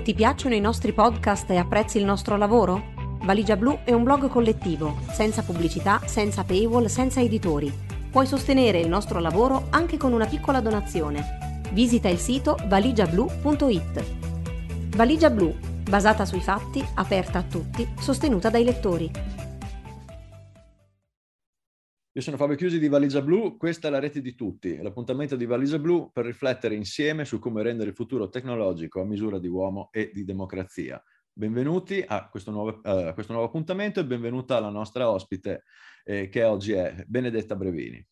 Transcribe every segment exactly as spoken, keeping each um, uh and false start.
Ti piacciono i nostri podcast e apprezzi il nostro lavoro? Valigia Blu è un blog collettivo, senza pubblicità, senza paywall, senza editori. Puoi sostenere il nostro lavoro anche con una piccola donazione. Visita il sito valigia blu punto it. Valigia Blu, basata sui fatti, aperta a tutti, sostenuta dai lettori. Io sono Fabio Chiusi di Valigia Blu, questa è la rete di tutti, l'appuntamento di Valigia Blu per riflettere insieme su come rendere il futuro tecnologico a misura di uomo e di democrazia. Benvenuti a questo nuovo, uh, a questo nuovo appuntamento e benvenuta alla nostra ospite eh, che oggi è Benedetta Brevini.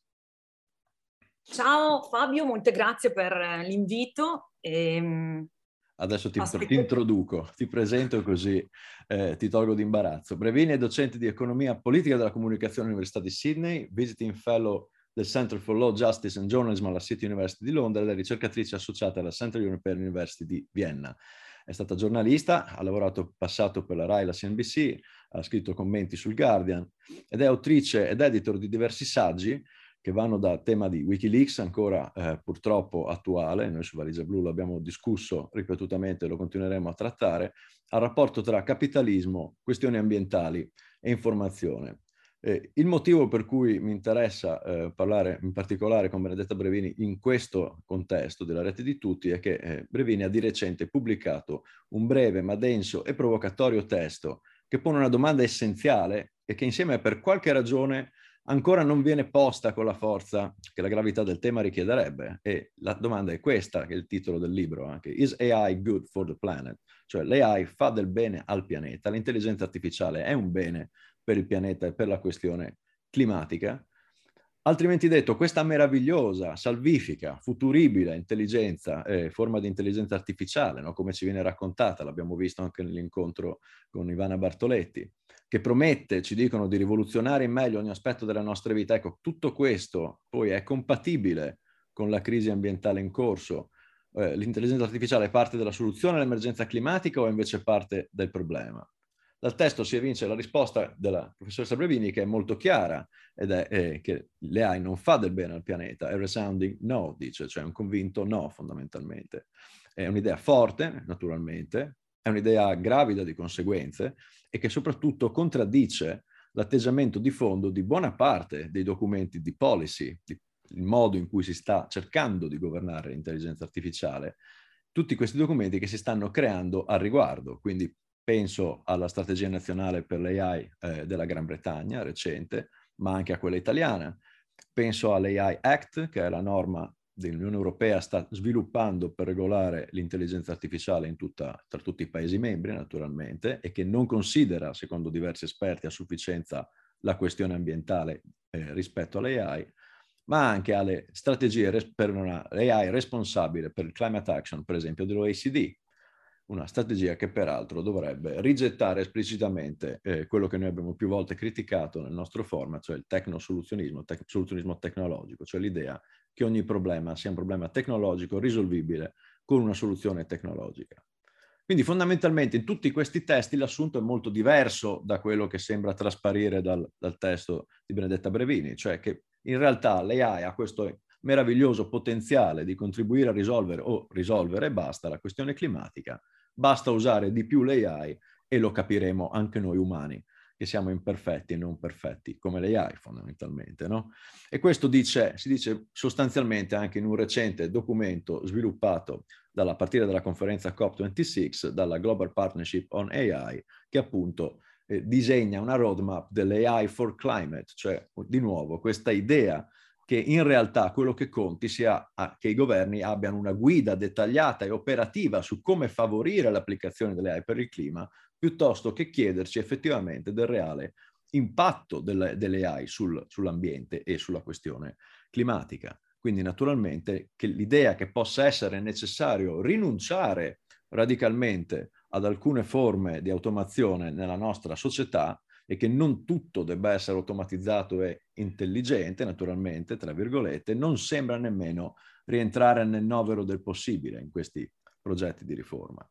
Ciao Fabio, molte grazie per l'invito. E... Adesso ti, ti introduco, ti presento così eh, ti tolgo di imbarazzo. Brevini è docente di economia politica della comunicazione all'Università di Sydney, visiting fellow del Center for Law, Justice and Journalism alla City University di Londra ed è ricercatrice associata alla Central European University di Vienna. È stata giornalista, ha lavorato passato per la Rai e la C N B C, ha scritto commenti sul Guardian ed è autrice ed editor di diversi saggi che vanno da tema di Wikileaks, ancora eh, purtroppo attuale, noi su Valigia Blu l'abbiamo discusso ripetutamente e lo continueremo a trattare, al rapporto tra capitalismo, questioni ambientali e informazione. Eh, il motivo per cui mi interessa eh, parlare in particolare con Benedetta Brevini in questo contesto della rete di tutti è che eh, Brevini ha di recente pubblicato un breve ma denso e provocatorio testo che pone una domanda essenziale e che insieme per qualche ragione ancora non viene posta con la forza che la gravità del tema richiederebbe. E la domanda è questa, che è il titolo del libro anche. Is A I good for the planet? Cioè l'A I fa del bene al pianeta? L'intelligenza artificiale è un bene per il pianeta e per la questione climatica? Altrimenti detto, questa meravigliosa, salvifica, futuribile intelligenza, eh, forma di intelligenza artificiale, no? Come ci viene raccontata, l'abbiamo visto anche nell'incontro con Ivana Bartoletti, che promette, ci dicono, di rivoluzionare in meglio ogni aspetto della nostra vita. Ecco, tutto questo poi è compatibile con la crisi ambientale in corso. Eh, l'intelligenza artificiale è parte della soluzione all'emergenza climatica o è invece parte del problema? Dal testo si evince la risposta della professoressa Brevini, che è molto chiara, ed è eh, che l'A I non fa del bene al pianeta, è resounding no, dice, cioè un convinto no fondamentalmente. È un'idea forte, naturalmente, è un'idea gravida di conseguenze e che soprattutto contraddice l'atteggiamento di fondo di buona parte dei documenti di policy, di, il modo in cui si sta cercando di governare l'intelligenza artificiale, tutti questi documenti che si stanno creando al riguardo. Quindi penso alla strategia nazionale per l'A I eh, della Gran Bretagna, recente, ma anche a quella italiana. Penso all'A I Act, che è la norma dell'Unione Europea sta sviluppando per regolare l'intelligenza artificiale in tutta, tra tutti i Paesi membri, naturalmente, e che non considera, secondo diversi esperti, a sufficienza la questione ambientale eh, rispetto all'A I, ma anche alle strategie per una A I responsabile per il climate action, per esempio, dell'O E C D, una strategia che peraltro dovrebbe rigettare esplicitamente eh, quello che noi abbiamo più volte criticato nel nostro format, cioè il tecnosoluzionismo, tec- soluzionismo tecnologico, cioè l'idea che ogni problema sia un problema tecnologico risolvibile con una soluzione tecnologica. Quindi fondamentalmente in tutti questi testi l'assunto è molto diverso da quello che sembra trasparire dal, dal testo di Benedetta Brevini, cioè che in realtà l'A I ha questo meraviglioso potenziale di contribuire a risolvere o risolvere e basta la questione climatica. Basta usare di più l'A I e lo capiremo anche noi umani, che siamo imperfetti e non perfetti, come l'A I fondamentalmente, no? E questo dice, si dice sostanzialmente anche in un recente documento sviluppato dalla, a partire dalla conferenza COP ventisei, dalla Global Partnership on A I, che appunto eh, disegna una roadmap dell'A I for Climate, cioè di nuovo questa idea che in realtà quello che conti sia che i governi abbiano una guida dettagliata e operativa su come favorire l'applicazione delle A I per il clima, piuttosto che chiederci effettivamente del reale impatto delle, delle A I sul, sull'ambiente e sulla questione climatica. Quindi naturalmente che l'idea che possa essere necessario rinunciare radicalmente ad alcune forme di automazione nella nostra società e che non tutto debba essere automatizzato e intelligente, naturalmente, tra virgolette, non sembra nemmeno rientrare nel novero del possibile in questi progetti di riforma.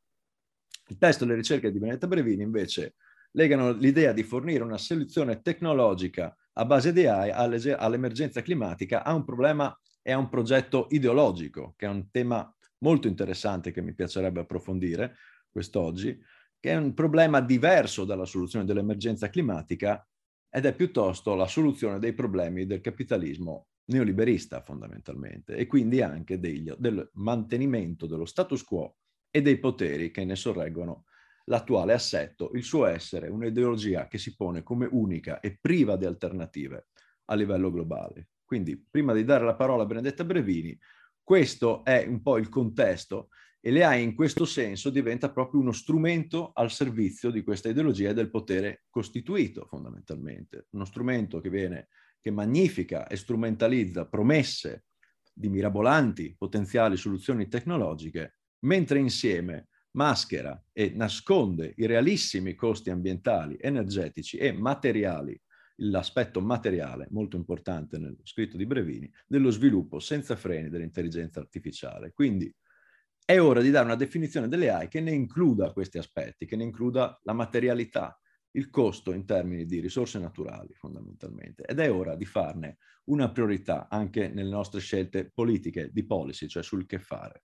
Il testo e le ricerche di Benedetta Brevini, invece, legano l'idea di fornire una soluzione tecnologica a base di A I all'emergenza climatica a un problema e a un progetto ideologico, che è un tema molto interessante che mi piacerebbe approfondire, quest'oggi, che è un problema diverso dalla soluzione dell'emergenza climatica ed è piuttosto la soluzione dei problemi del capitalismo neoliberista fondamentalmente, e quindi anche degli, del mantenimento dello status quo e dei poteri che ne sorreggono l'attuale assetto, il suo essere un'ideologia che si pone come unica e priva di alternative a livello globale. Quindi, prima di dare la parola a Benedetta Brevini, questo è un po' il contesto, e l'A I in questo senso diventa proprio uno strumento al servizio di questa ideologia e del potere costituito fondamentalmente, uno strumento che viene, che magnifica e strumentalizza promesse di mirabolanti potenziali soluzioni tecnologiche, mentre insieme maschera e nasconde i realissimi costi ambientali, energetici e materiali, l'aspetto materiale molto importante nello scritto di Brevini, dello sviluppo senza freni dell'intelligenza artificiale. Quindi è ora di dare una definizione delle A I che ne includa questi aspetti, che ne includa la materialità, il costo in termini di risorse naturali fondamentalmente, ed è ora di farne una priorità anche nelle nostre scelte politiche di policy, cioè sul che fare.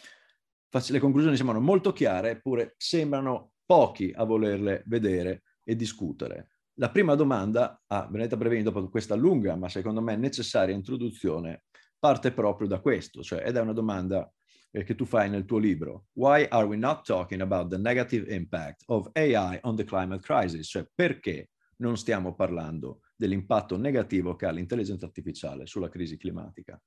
Le conclusioni sembrano molto chiare, eppure sembrano pochi a volerle vedere e discutere. La prima domanda a Benedetta Brevini, dopo questa lunga ma secondo me necessaria introduzione, parte proprio da questo, cioè, ed è una domanda eh, che tu fai nel tuo libro. Why are we not talking about the negative impact of A I on the climate crisis? Cioè, perché non stiamo parlando dell'impatto negativo che ha l'intelligenza artificiale sulla crisi climatica?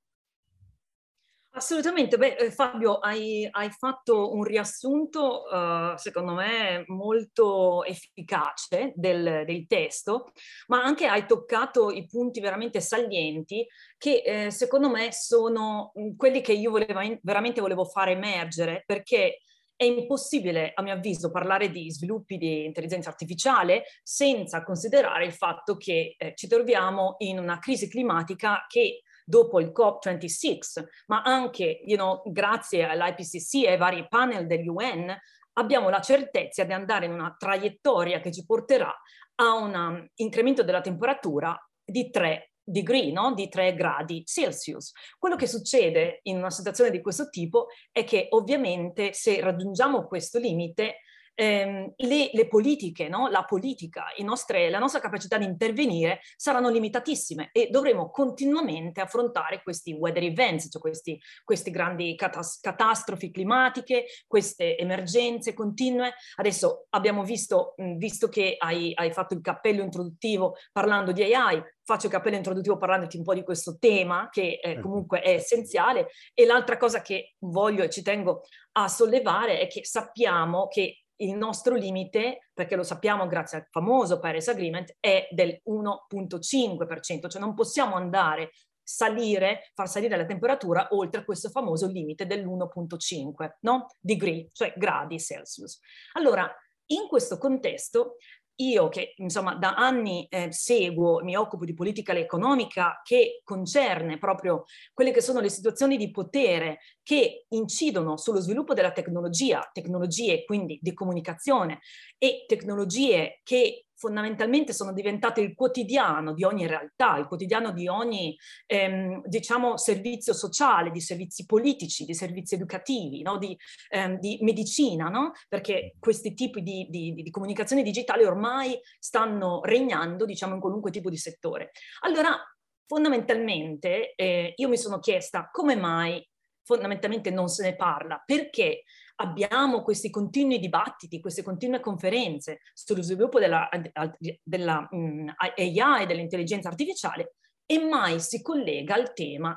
Assolutamente. Beh, Fabio, hai, hai fatto un riassunto, uh, secondo me, molto efficace del, del testo, ma anche hai toccato i punti veramente salienti che, eh, secondo me, sono quelli che io voleva, veramente volevo fare emergere, perché è impossibile, a mio avviso, parlare di sviluppi di intelligenza artificiale senza considerare il fatto che eh, ci troviamo in una crisi climatica che dopo il COP ventisei, ma anche you know, grazie all'I P C C e ai vari panel dell'U N, abbiamo la certezza di andare in una traiettoria che ci porterà a un um, incremento della temperatura di tre degree, no? Di tre gradi Celsius. Quello che succede in una situazione di questo tipo è che ovviamente se raggiungiamo questo limite, ehm, le, le politiche, no? La politica, i nostre, la nostra capacità di intervenire saranno limitatissime e dovremo continuamente affrontare questi weather events, cioè questi, questi grandi catas- catastrofi climatiche, queste emergenze continue. Adesso abbiamo visto, visto che hai, hai fatto il cappello introduttivo parlando di A I, faccio il cappello introduttivo parlandoti un po' di questo tema che eh, comunque è essenziale. E l'altra cosa che voglio e ci tengo a sollevare è che sappiamo che il nostro limite, perché lo sappiamo grazie al famoso Paris Agreement, è del uno virgola cinque per cento, cioè non possiamo andare, salire, far salire la temperatura oltre questo famoso limite dell'uno virgola cinque, no? Degree, cioè gradi Celsius. Allora, in questo contesto, io che insomma da anni eh, seguo, mi occupo di politica economica che concerne proprio quelle che sono le situazioni di potere che incidono sullo sviluppo della tecnologia, tecnologie quindi di comunicazione e tecnologie che fondamentalmente sono diventate il quotidiano di ogni realtà, il quotidiano di ogni, ehm, diciamo, servizio sociale, di servizi politici, di servizi educativi, no? di, ehm, di medicina, no? Perché questi tipi di, di, di comunicazione digitale ormai stanno regnando, diciamo, in qualunque tipo di settore. Allora, fondamentalmente, eh, io mi sono chiesta come mai fondamentalmente non se ne parla, perché abbiamo questi continui dibattiti, queste continue conferenze sullo sviluppo della, della um, A I, dell'intelligenza artificiale, e mai si collega al tema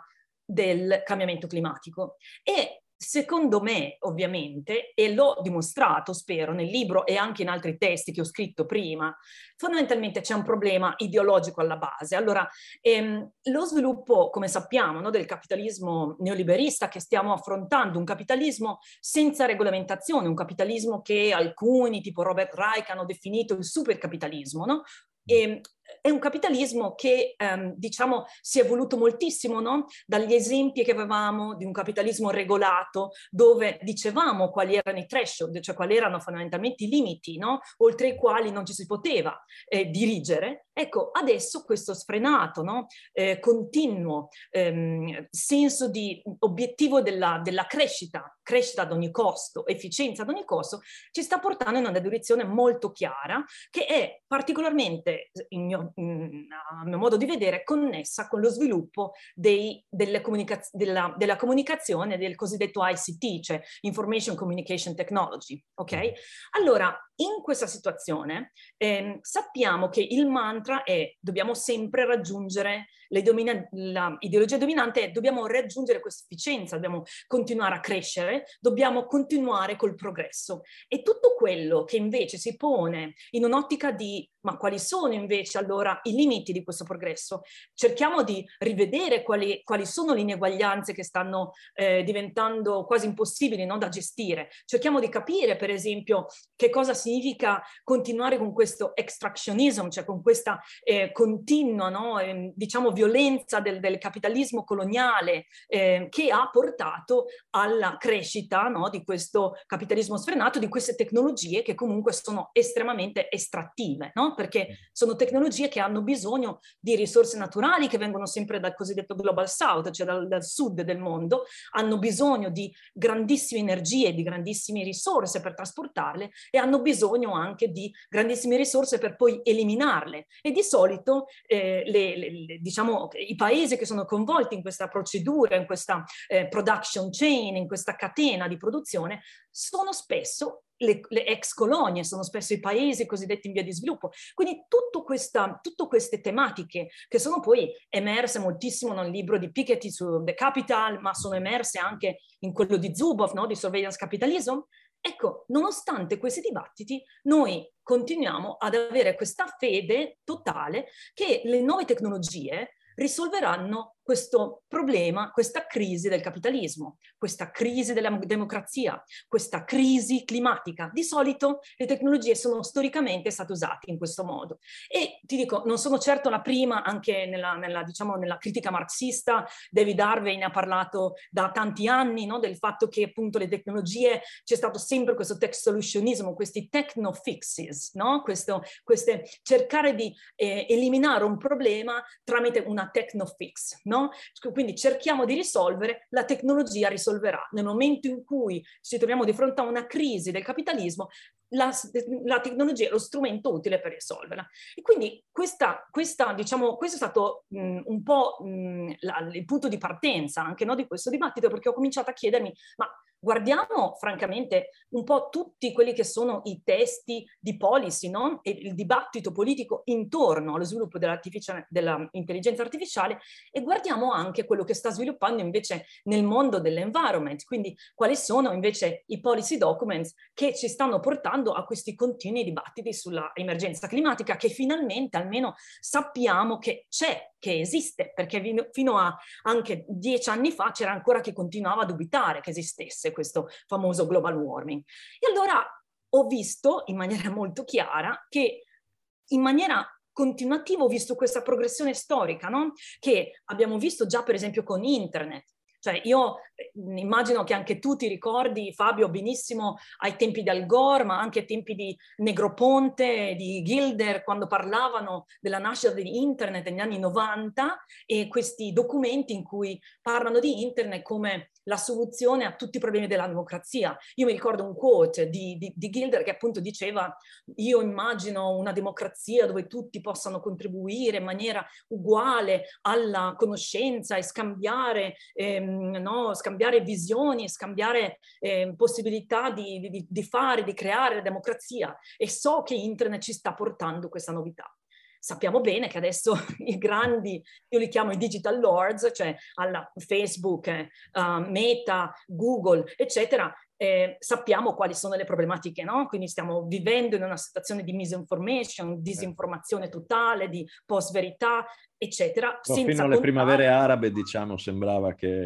del cambiamento climatico. E secondo me, ovviamente, e l'ho dimostrato, spero, nel libro e anche in altri testi che ho scritto prima, fondamentalmente c'è un problema ideologico alla base. Allora, ehm, lo sviluppo, come sappiamo, no, del capitalismo neoliberista che stiamo affrontando, un capitalismo senza regolamentazione, un capitalismo che alcuni, tipo Robert Reich, hanno definito il supercapitalismo, no? E è un capitalismo che, ehm, diciamo, si è evoluto moltissimo, no? Dagli esempi che avevamo di un capitalismo regolato, dove dicevamo quali erano i threshold, cioè quali erano fondamentalmente i limiti, no? Oltre i quali non ci si poteva eh, dirigere. Ecco, adesso questo sfrenato, no? eh, continuo ehm, senso di obiettivo della, della crescita, crescita ad ogni costo, efficienza ad ogni costo, ci sta portando in una direzione molto chiara, che è particolarmente, in mio, in, a mio modo di vedere, connessa con lo sviluppo dei, delle comunicaz- della, della comunicazione, del cosiddetto I C T, cioè Information Communication Technology, ok? Allora, in questa situazione ehm, sappiamo che il mantra è dobbiamo sempre raggiungere le domina- la ideologia dominante è dobbiamo raggiungere questa efficienza, dobbiamo continuare a crescere, dobbiamo continuare col progresso. E tutto quello che invece si pone in un'ottica di ma quali sono invece allora i limiti di questo progresso? Cerchiamo di rivedere quali, quali sono le ineguaglianze che stanno eh, diventando quasi impossibili, no, da gestire. Cerchiamo di capire, per esempio, che cosa significa continuare con questo extractionism, cioè con questa eh, continua, no, eh, diciamo, violenza del, del capitalismo coloniale eh, che ha portato alla crescita, no, di questo capitalismo sfrenato, di queste tecnologie che comunque sono estremamente estrattive, no? Perché sono tecnologie che hanno bisogno di risorse naturali che vengono sempre dal cosiddetto Global South, cioè dal, dal sud del mondo, hanno bisogno di grandissime energie, di grandissime risorse per trasportarle e hanno bisogno anche di grandissime risorse per poi eliminarle. E di solito eh, le, le, le, diciamo, i paesi che sono coinvolti in questa procedura, in questa eh, production chain, in questa catena di produzione, sono spesso Le, le ex colonie, sono spesso i paesi cosiddetti in via di sviluppo. Quindi tutto questa, tutte queste tematiche che sono poi emerse moltissimo nel libro di Piketty su The Capital, ma sono emerse anche in quello di Zuboff, no? Di Surveillance Capitalism. Ecco, nonostante questi dibattiti, noi continuiamo ad avere questa fede totale che le nuove tecnologie risolveranno questo problema, questa crisi del capitalismo, questa crisi della democrazia, questa crisi climatica. Di solito le tecnologie sono storicamente state usate in questo modo. E ti dico, non sono certo la prima, anche nella, nella, diciamo, nella critica marxista, David Harvey ne ha parlato da tanti anni, no? Del fatto che appunto le tecnologie, c'è stato sempre questo tech solutionismo, questi techno fixes, no? Questo, queste, cercare di eh, eliminare un problema tramite una techno fix, no? Quindi cerchiamo di risolvere, la tecnologia risolverà. Nel momento in cui ci troviamo di fronte a una crisi del capitalismo, la, la tecnologia è lo strumento utile per risolverla. E quindi questa, questa, diciamo, questo è stato mh, un po' mh, la, il punto di partenza anche, no, di questo dibattito, perché ho cominciato a chiedermi, ma guardiamo francamente un po' tutti quelli che sono i testi di policy, no? E il dibattito politico intorno allo sviluppo dell'intelligenza artificiale e guardiamo anche quello che sta sviluppando invece nel mondo dell'environment, quindi quali sono invece i policy documents che ci stanno portando a questi continui dibattiti sulla emergenza climatica che finalmente almeno sappiamo che c'è, che esiste, perché fino a anche dieci anni fa c'era ancora chi continuava a dubitare che esistesse questo famoso global warming. E allora ho visto in maniera molto chiara che in maniera continuativa ho visto questa progressione storica, no? Che abbiamo visto già per esempio con internet. Cioè io immagino che anche tu ti ricordi, Fabio, benissimo ai tempi di Al Gore, ma anche ai tempi di Negroponte, di Gilder, quando parlavano della nascita di internet negli anni novanta e questi documenti in cui parlano di internet come la soluzione a tutti i problemi della democrazia. Io mi ricordo un quote di, di, di Gilder che appunto diceva: io immagino una democrazia dove tutti possano contribuire in maniera uguale alla conoscenza e scambiare, ehm, no, scambiare visioni, scambiare eh, possibilità di, di, di fare, di creare la democrazia. E so che internet ci sta portando questa novità. Sappiamo bene che adesso i grandi, io li chiamo i digital lords, cioè alla Facebook, eh, uh, Meta, Google, eccetera, eh, sappiamo quali sono le problematiche, no? Quindi stiamo vivendo in una situazione di misinformation, disinformazione totale, di post-verità, eccetera. No, fino alle primavere arabe, diciamo, sembrava che...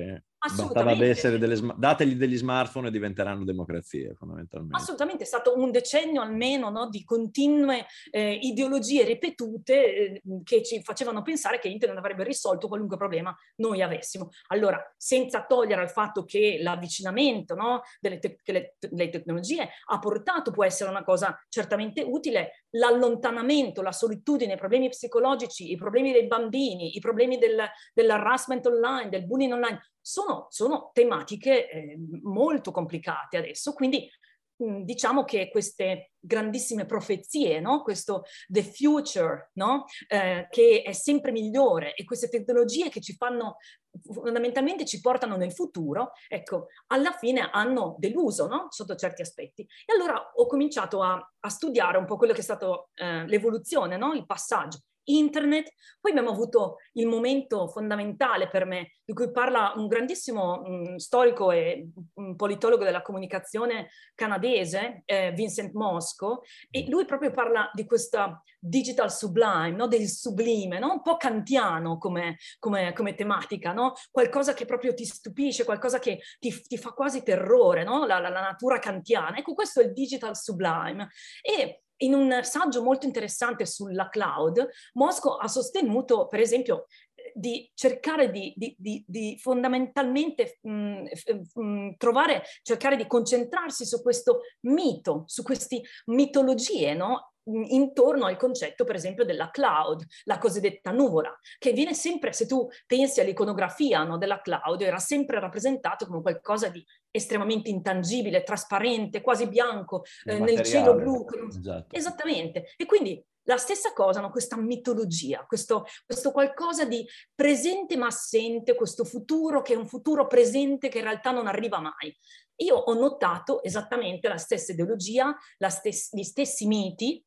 bastava essere delle, dategli degli smartphone e diventeranno democrazie, fondamentalmente. Assolutamente, è stato un decennio almeno, no, di continue eh, ideologie ripetute eh, che ci facevano pensare che internet avrebbe risolto qualunque problema noi avessimo. Allora, senza togliere al fatto che l'avvicinamento, no, delle te- che le, le tecnologie ha portato, può essere una cosa certamente utile, l'allontanamento, la solitudine, i problemi psicologici, i problemi dei bambini, i problemi del, dell'harassment online, del bullying online, sono, sono tematiche eh, molto complicate adesso, quindi mh, diciamo che queste grandissime profezie, no? Questo the future, no? eh, che è sempre migliore, e queste tecnologie che ci fanno, fondamentalmente ci portano nel futuro, ecco, alla fine hanno deluso, no? Sotto certi aspetti. E allora ho cominciato a, a studiare un po' quello che è stato eh, l'evoluzione, no? Il passaggio. Internet, poi abbiamo avuto il momento fondamentale per me, di cui parla un grandissimo mh, storico e un politologo della comunicazione canadese, eh, Vincent Mosco, e lui proprio parla di questa digital sublime, no? Del sublime, no? Un po' kantiano come, come, come tematica, no? Qualcosa che proprio ti stupisce, qualcosa che ti, ti fa quasi terrore, no? la, la, la natura kantiana. Ecco, questo è il digital sublime. E in un saggio molto interessante sulla cloud, Mosco ha sostenuto, per esempio, di cercare di, di, di, di fondamentalmente mh, mh, trovare, cercare di concentrarsi su questo mito, su queste mitologie, no? Intorno al concetto, per esempio, della cloud, la cosiddetta nuvola, che viene sempre, se tu pensi all'iconografia, no, della cloud, era sempre rappresentato come qualcosa di estremamente intangibile, trasparente, quasi bianco, eh, nel cielo blu. Esatto. Esattamente. E quindi la stessa cosa, no? Questa mitologia, questo, questo qualcosa di presente ma assente, questo futuro che è un futuro presente che in realtà non arriva mai. Io ho notato esattamente la stessa ideologia, la stes- gli stessi miti.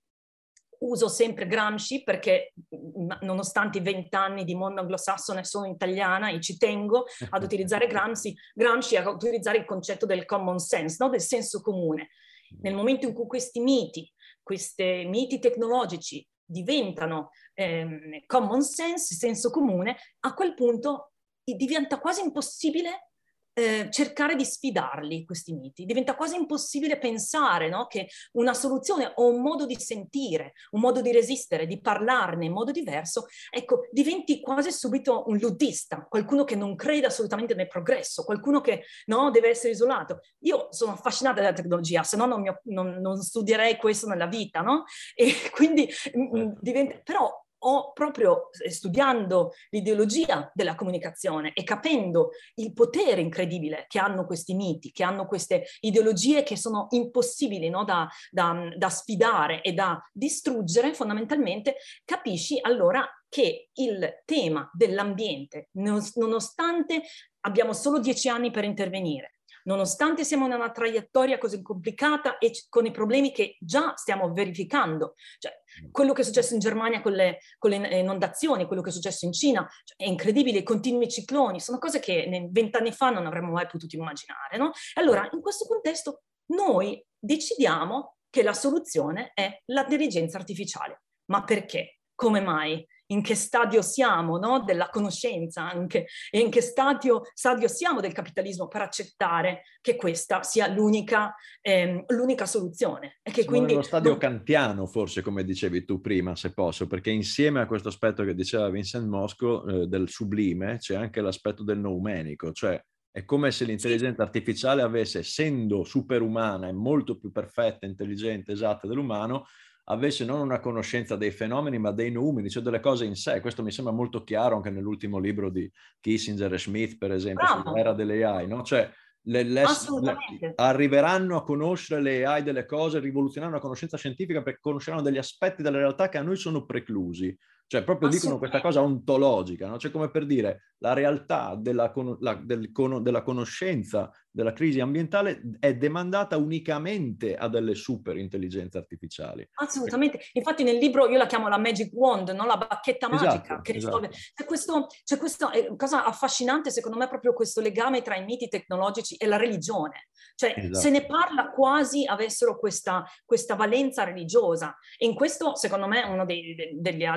Uso sempre Gramsci perché, nonostante i vent'anni di mondo anglosassone, sono italiana e ci tengo ad utilizzare Gramsci, Gramsci a utilizzare il concetto del common sense, no? Del senso comune. Nel momento in cui questi miti, questi miti tecnologici diventano ehm, common sense, senso comune, a quel punto diventa quasi impossibile Eh, cercare di sfidarli, questi miti. Diventa quasi impossibile pensare, no? Che una soluzione o un modo di sentire, un modo di resistere, di parlarne in modo diverso, ecco, diventi quasi subito un luddista, qualcuno che non crede assolutamente nel progresso, qualcuno che, no, deve essere isolato. Io sono affascinata dalla tecnologia, se no non, mi, non, non studierei questo nella vita, no? E quindi mh, diventa, però ho proprio, studiando l'ideologia della comunicazione e capendo il potere incredibile che hanno questi miti, che hanno queste ideologie che sono impossibili, no, da, da, da sfidare e da distruggere, fondamentalmente capisci allora che il tema dell'ambiente, nonostante abbiamo solo dieci anni per intervenire, nonostante siamo in una traiettoria così complicata e con i problemi che già stiamo verificando, cioè quello che è successo in Germania con le, con le inondazioni, quello che è successo in Cina, cioè è incredibile, i continui cicloni, sono cose che vent'anni fa non avremmo mai potuto immaginare, no? E allora, in questo contesto, noi decidiamo che la soluzione è l'intelligenza artificiale. Ma perché? Come mai? In che stadio siamo, no? Della conoscenza anche, e in che stadio, stadio siamo del capitalismo per accettare che questa sia l'unica, ehm, l'unica soluzione. E che siamo quindi nello stadio non... kantiano, forse, come dicevi tu prima, se posso, perché insieme a questo aspetto che diceva Vincent Mosco eh, del sublime, c'è anche l'aspetto del noumenico, cioè è come se l'intelligenza sì. artificiale avesse, essendo superumana e molto più perfetta, intelligente, esatta dell'umano, avesse non una conoscenza dei fenomeni ma dei numeri, cioè delle cose in sé. Questo mi sembra molto chiaro anche nell'ultimo libro di Kissinger e Schmidt, per esempio, Bravo. sull'era delle A I, no? Cioè le, le, le, arriveranno a conoscere le A I delle cose, rivoluzioneranno la conoscenza scientifica perché conosceranno degli aspetti della realtà che a noi sono preclusi. Cioè proprio dicono questa cosa ontologica, no? Cioè come per dire la realtà della, la, del, della conoscenza della crisi ambientale è demandata unicamente a delle super intelligenze artificiali. Assolutamente, infatti nel libro io la chiamo la magic wand, no? La bacchetta magica esatto, che risolve. Esatto. C'è questo, c'è questa eh, cosa affascinante secondo me, proprio questo legame tra i miti tecnologici e la religione. Cioè esatto. se ne parla quasi avessero questa, questa valenza religiosa, e in questo secondo me uno dei, de, degli altri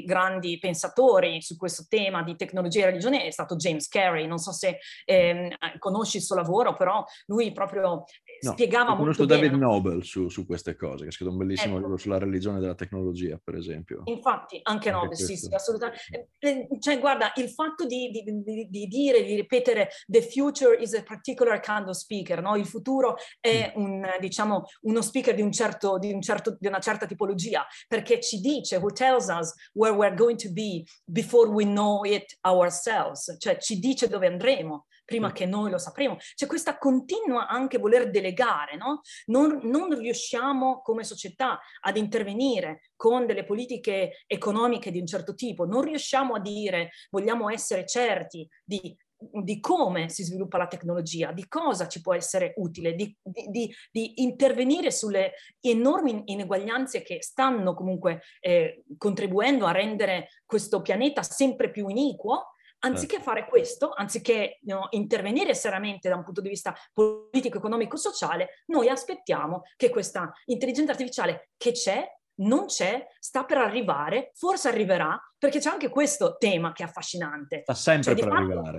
grandi pensatori su questo tema di tecnologia e religione è stato James Carey. Non so se eh, conosci il suo lavoro, però lui proprio no, spiegava molto conosco bene. David Noble su, su queste cose, che ha scritto un bellissimo Ecco. libro sulla religione della tecnologia, per esempio. Infatti, anche, anche Noble, sì, sì, assolutamente. Cioè, guarda, il fatto di, di, di, di dire, di ripetere "the future is a particular kind of speaker", no? Il futuro è un, diciamo, uno speaker di, un certo, di, un certo, di una certa tipologia, perché ci dice, who tells us where we're going to be before we know it ourselves, cioè ci dice dove andremo prima che noi lo sapremo. C'è questa continua anche voler delegare, no? Non, non riusciamo come società ad intervenire con delle politiche economiche di un certo tipo, non riusciamo a dire vogliamo essere certi di, di come si sviluppa la tecnologia, di cosa ci può essere utile, di, di, di, di intervenire sulle enormi ineguaglianze che stanno comunque eh, contribuendo a rendere questo pianeta sempre più iniquo. Anziché fare questo, anziché no, intervenire seriamente da un punto di vista politico, economico, sociale, noi aspettiamo che questa intelligenza artificiale che c'è, non c'è, sta per arrivare, forse arriverà, perché c'è anche questo tema che è affascinante. Sta sempre cioè, per fatto, arrivare.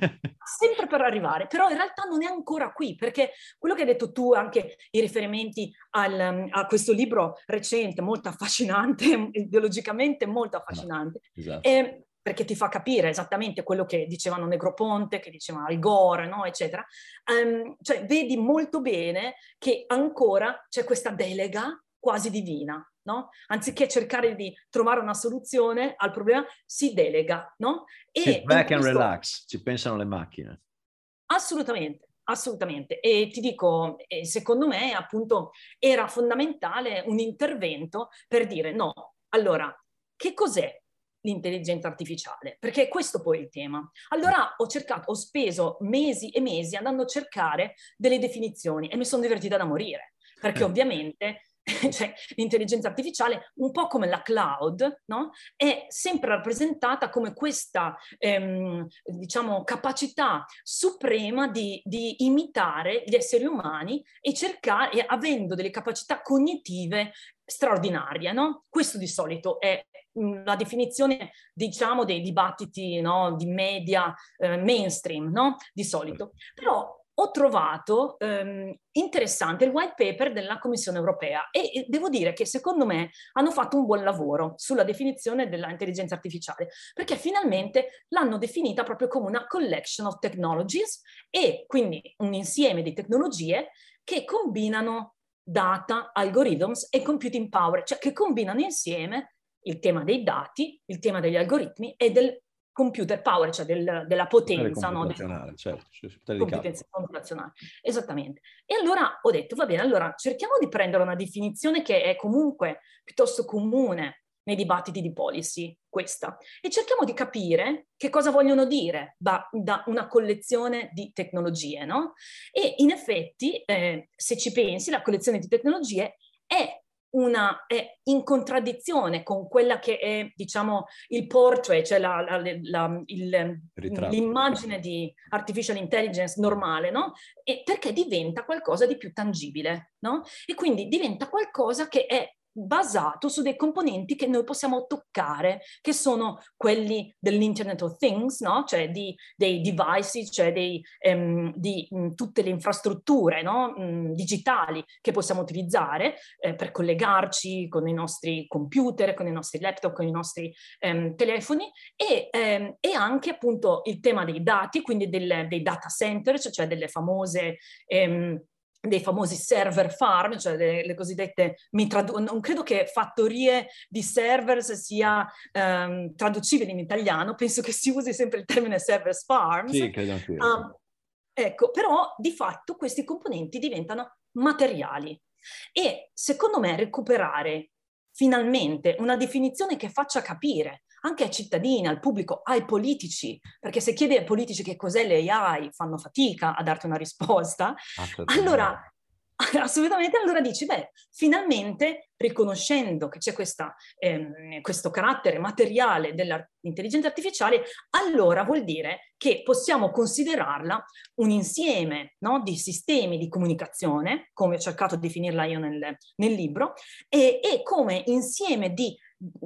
sempre per arrivare, però in realtà non è ancora qui, perché quello che hai detto tu, anche i riferimenti al, a questo libro recente, molto affascinante, ideologicamente molto affascinante, no, esatto. è, perché ti fa capire esattamente quello che dicevano Negroponte, che diceva Al Gore, no? eccetera. Um, cioè vedi molto bene che ancora c'è questa delega quasi divina, no? Anziché cercare di trovare una soluzione al problema, si delega, no? E Sit back and questo... relax, ci pensano le macchine. Assolutamente, assolutamente. E ti dico, secondo me appunto era fondamentale un intervento per dire no, allora, che cos'è l'intelligenza artificiale? Perché questo poi è il tema. Allora ho cercato, ho speso mesi e mesi andando a cercare delle definizioni e mi sono divertita da morire, perché ovviamente cioè, l'intelligenza artificiale, un po' come la cloud, no? È sempre rappresentata come questa, ehm, diciamo, capacità suprema di, di imitare gli esseri umani e cercare, e avendo delle capacità cognitive straordinarie, no? Questo di solito è la definizione, diciamo, dei dibattiti, no? Di media eh, mainstream, no? Di solito. Però ho trovato ehm, interessante il white paper della Commissione europea e, e devo dire che secondo me hanno fatto un buon lavoro sulla definizione dell'intelligenza artificiale, perché finalmente l'hanno definita proprio come una collection of technologies e quindi un insieme di tecnologie che combinano data, algorithms e computing power, cioè che combinano insieme il tema dei dati, il tema degli algoritmi e del computer power, cioè del, della potenza, no? Computazionale, certo, competenza computazionale, esattamente. E allora ho detto, va bene, allora cerchiamo di prendere una definizione che è comunque piuttosto comune nei dibattiti di policy, questa, e cerchiamo di capire che cosa vogliono dire da, da una collezione di tecnologie, no? E in effetti, eh, se ci pensi, la collezione di tecnologie è una è in contraddizione con quella che è, diciamo, il portrait, cioè la, la, la, il, l'immagine di artificial intelligence normale, no? E perché diventa qualcosa di più tangibile, no? E quindi diventa qualcosa che è basato su dei componenti che noi possiamo toccare, che sono quelli dell'Internet of Things, no? Cioè di, dei devices, cioè dei, um, di um, tutte le infrastrutture, no? um, digitali che possiamo utilizzare eh, per collegarci con i nostri computer, con i nostri laptop, con i nostri um, telefoni e, um, e anche appunto il tema dei dati, quindi del, dei data centers, cioè delle famose... Um, dei famosi server farm, cioè le, le cosiddette, mi tradu- non credo che fattorie di servers sia um, traducibile in italiano, penso che si usi sempre il termine servers farms. Sì, credo anch'io. Um, ecco, però di fatto questi componenti diventano materiali e secondo me recuperare finalmente una definizione che faccia capire anche ai cittadini, al pubblico, ai politici, perché se chiedi ai politici che cos'è l'A I fanno fatica a darti una risposta, allora Assolutamente, allora dici, beh, finalmente riconoscendo che c'è questa, ehm, questo carattere materiale dell'intelligenza artificiale, allora vuol dire che possiamo considerarla un insieme, no, di sistemi di comunicazione, come ho cercato di definirla io nel, nel libro, e, e come insieme di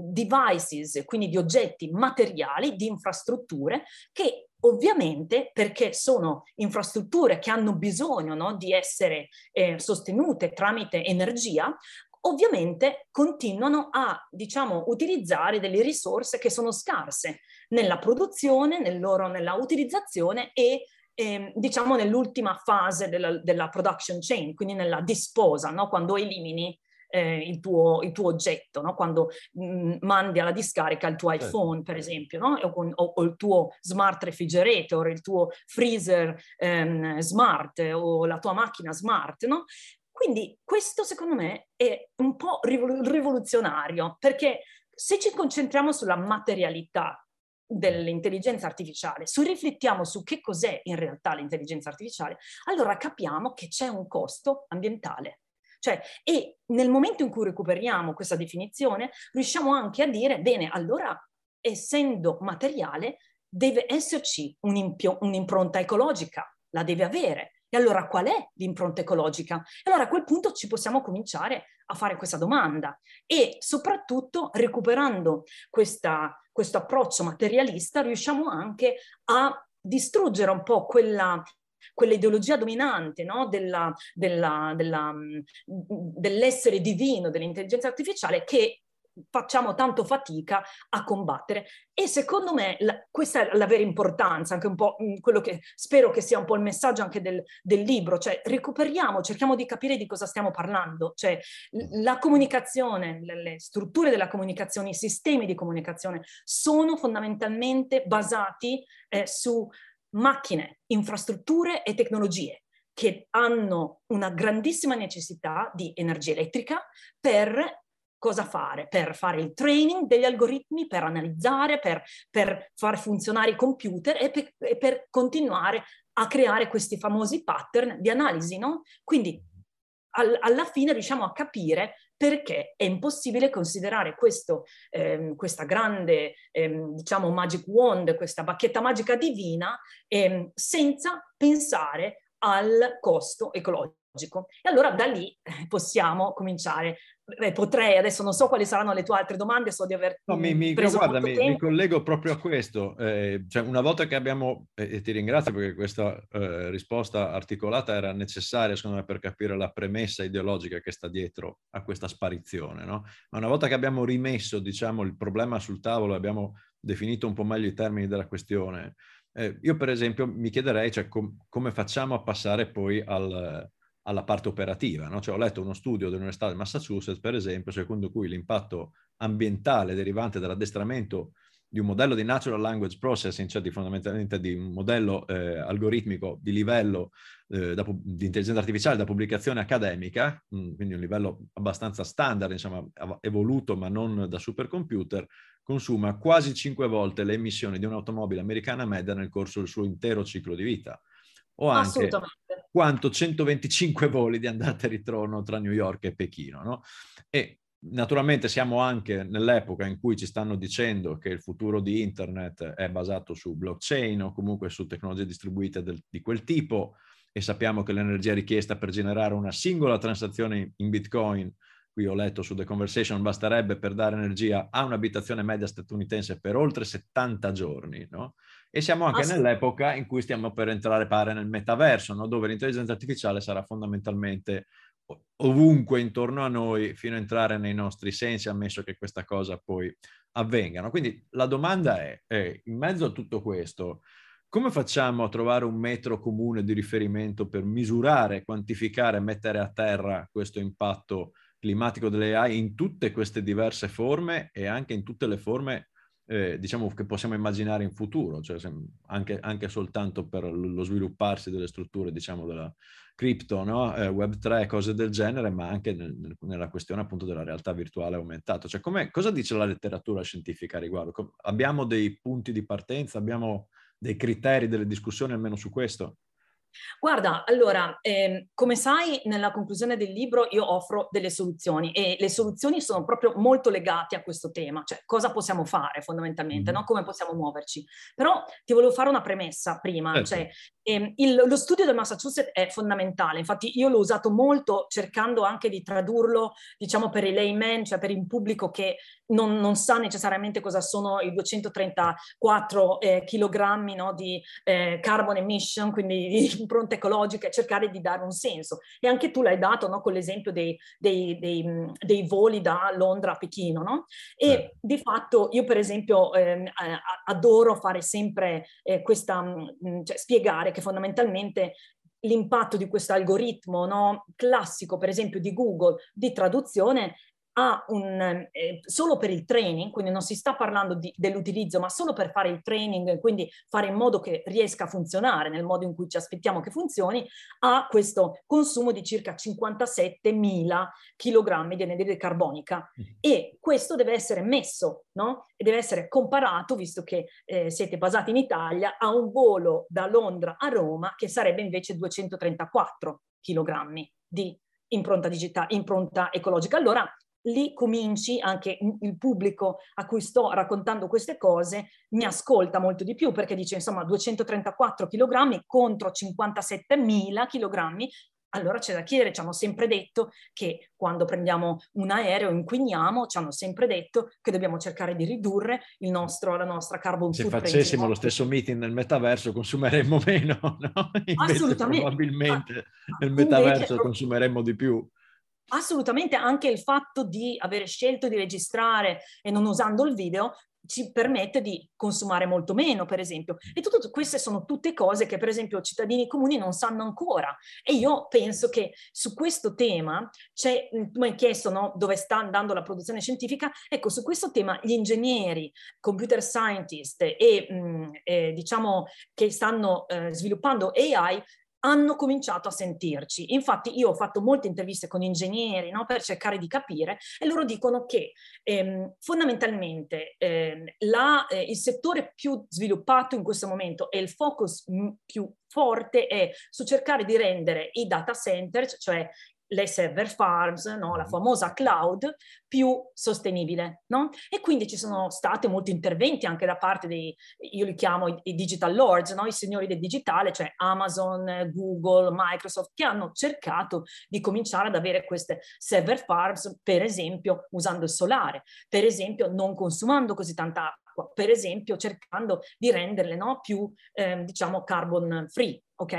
devices, quindi di oggetti materiali, di infrastrutture che ovviamente, perché sono infrastrutture che hanno bisogno, no, di essere eh, sostenute tramite energia, ovviamente continuano a, diciamo, utilizzare delle risorse che sono scarse nella produzione, nel loro, nella utilizzazione e eh, diciamo nell'ultima fase della, della production chain, quindi nella disposa, no, quando elimini Eh, il, tuo, il tuo oggetto, no? Quando mh, mandi alla discarica il tuo iPhone, per esempio, no? o, con, o, o il tuo smart refrigerator, il tuo freezer ehm, smart o la tua macchina smart, no? Quindi questo secondo me è un po' rivoluzionario, perché se ci concentriamo sulla materialità dell'intelligenza artificiale, se riflettiamo su che cos'è in realtà l'intelligenza artificiale, allora capiamo che c'è un costo ambientale. Cioè, e nel momento in cui recuperiamo questa definizione, riusciamo anche a dire, bene, allora, essendo materiale, deve esserci un'impronta ecologica, la deve avere. E allora qual è l'impronta ecologica? E allora a quel punto ci possiamo cominciare a fare questa domanda e soprattutto recuperando questa, questo approccio materialista riusciamo anche a distruggere un po' quella quell'ideologia dominante, no? della, della, della, dell'essere divino dell'intelligenza artificiale che facciamo tanto fatica a combattere. E secondo me la, questa è la vera importanza, anche un po' quello che spero che sia un po' il messaggio anche del, del libro, cioè recuperiamo, cerchiamo di capire di cosa stiamo parlando, cioè la comunicazione, le, le strutture della comunicazione, i sistemi di comunicazione sono fondamentalmente basati eh, su macchine, infrastrutture e tecnologie che hanno una grandissima necessità di energia elettrica per cosa fare? Per fare il training degli algoritmi, per analizzare, per, per far funzionare i computer e per, e per continuare a creare questi famosi pattern di analisi, no? Quindi al, alla fine riusciamo a capire perché è impossibile considerare questo, ehm, questa grande, ehm, diciamo, magic wand, questa bacchetta magica divina, ehm, senza pensare al costo ecologico. E allora da lì possiamo cominciare. Eh, potrei, adesso non so quali saranno le tue altre domande, so di aver no, mi, mi, preso no, guarda, molto mi, tempo. mi collego proprio a questo. Eh, cioè una volta che abbiamo, e eh, ti ringrazio perché questa eh, risposta articolata era necessaria, secondo me, per capire la premessa ideologica che sta dietro a questa sparizione, no? Ma una volta che abbiamo rimesso, diciamo, il problema sul tavolo, abbiamo definito un po' meglio i termini della questione, eh, io per esempio mi chiederei, cioè, com- come facciamo a passare poi al... alla parte operativa, no? Cioè, ho letto uno studio dell'Università del Massachusetts, per esempio, secondo cui l'impatto ambientale derivante dall'addestramento di un modello di natural language processing, cioè di fondamentalmente di un modello eh, algoritmico di livello eh, da, di intelligenza artificiale da pubblicazione accademica, mh, quindi un livello abbastanza standard, insomma, evoluto ma non da supercomputer, consuma quasi cinque volte le emissioni di un'automobile americana media nel corso del suo intero ciclo di vita. O anche quanto centoventicinque voli di andata e ritorno tra New York e Pechino, no? E naturalmente siamo anche nell'epoca in cui ci stanno dicendo che il futuro di internet è basato su blockchain o comunque su tecnologie distribuite del, di quel tipo, e sappiamo che l'energia richiesta per generare una singola transazione in Bitcoin, qui ho letto su The Conversation, basterebbe per dare energia a un'abitazione media statunitense per oltre settanta giorni, no? E siamo anche nell'epoca in cui stiamo per entrare, pare, nel metaverso, no? Dove l'intelligenza artificiale sarà fondamentalmente ovunque intorno a noi fino a entrare nei nostri sensi, ammesso che questa cosa poi avvenga, no? Quindi la domanda è, è, in mezzo a tutto questo, come facciamo a trovare un metro comune di riferimento per misurare, quantificare, mettere a terra questo impatto climatico delle A I in tutte queste diverse forme e anche in tutte le forme Eh, diciamo che possiamo immaginare in futuro, cioè anche, anche soltanto per lo svilupparsi delle strutture, diciamo, della cripto, no? eh, web tre, cose del genere, ma anche nel, nella questione appunto della realtà virtuale aumentata. Cioè, cosa dice la letteratura scientifica a riguardo? Com- abbiamo dei punti di partenza, abbiamo dei criteri, delle discussioni almeno su questo? Guarda, allora, ehm, come sai, nella conclusione del libro io offro delle soluzioni e le soluzioni sono proprio molto legate a questo tema, cioè cosa possiamo fare fondamentalmente, Mm-hmm. no? Come possiamo muoverci. Però ti volevo fare una premessa prima, Certo. cioè ehm, il, lo studio del Massachusetts è fondamentale, infatti io l'ho usato molto cercando anche di tradurlo, diciamo, per i layman, cioè per il pubblico che non, non sa necessariamente cosa sono i duecentotrentaquattro eh, chilogrammi, no, di eh, carbon emission, quindi di impronte ecologiche, cercare di dare un senso. E anche tu l'hai dato, no, con l'esempio dei, dei, dei, dei voli da Londra a Pechino, no? E certo. di fatto io per esempio eh, adoro fare sempre eh, questa, mh, cioè spiegare che fondamentalmente l'impatto di questo algoritmo, no, classico, per esempio di Google, di traduzione, ha un, eh, solo per il training, quindi non si sta parlando di, dell'utilizzo, ma solo per fare il training, quindi fare in modo che riesca a funzionare nel modo in cui ci aspettiamo che funzioni, ha questo consumo di circa cinquantasettemila chilogrammi di anidride carbonica. E questo deve essere messo, no? E deve essere comparato, visto che eh, siete basati in Italia, a un volo da Londra a Roma che sarebbe invece duecentotrentaquattro chilogrammi di impronta digitale, impronta ecologica. Allora lì cominci, anche il pubblico a cui sto raccontando queste cose mi ascolta molto di più, perché dice insomma duecentotrentaquattro chilogrammi contro cinquantasettemila chilogrammi. Allora c'è da chiedere, ci hanno sempre detto che quando prendiamo un aereo, inquiniamo, ci hanno sempre detto che dobbiamo cercare di ridurre il nostro, la nostra carbon Se footprint. facessimo lo stesso meeting nel metaverso consumeremmo meno, no? Invece Assolutamente. probabilmente nel Invece, metaverso consumeremmo di più. Assolutamente, anche il fatto di avere scelto di registrare e non usando il video ci permette di consumare molto meno, per esempio. E tutte queste sono tutte cose che, per esempio, i cittadini comuni non sanno ancora. E io penso che su questo tema, c'è, tu mi hai chiesto, no, dove sta andando la produzione scientifica, ecco, su questo tema gli ingegneri, computer scientist e, mh, eh, diciamo, che stanno eh, sviluppando A I, hanno cominciato a sentirci. Infatti io ho fatto molte interviste con ingegneri, no, per cercare di capire, e loro dicono che ehm, fondamentalmente ehm, la, eh, il settore più sviluppato in questo momento e il focus m- più forte è su cercare di rendere i data centers, cioè le server farms, no? La famosa cloud, più sostenibile, no? E quindi ci sono stati molti interventi anche da parte dei, io li chiamo i, i digital lords, no? I signori del digitale, cioè Amazon, Google, Microsoft, che hanno cercato di cominciare ad avere queste server farms, per esempio usando il solare, per esempio non consumando così tanta acqua, per esempio cercando di renderle, no, più, eh, diciamo, carbon free. Ok?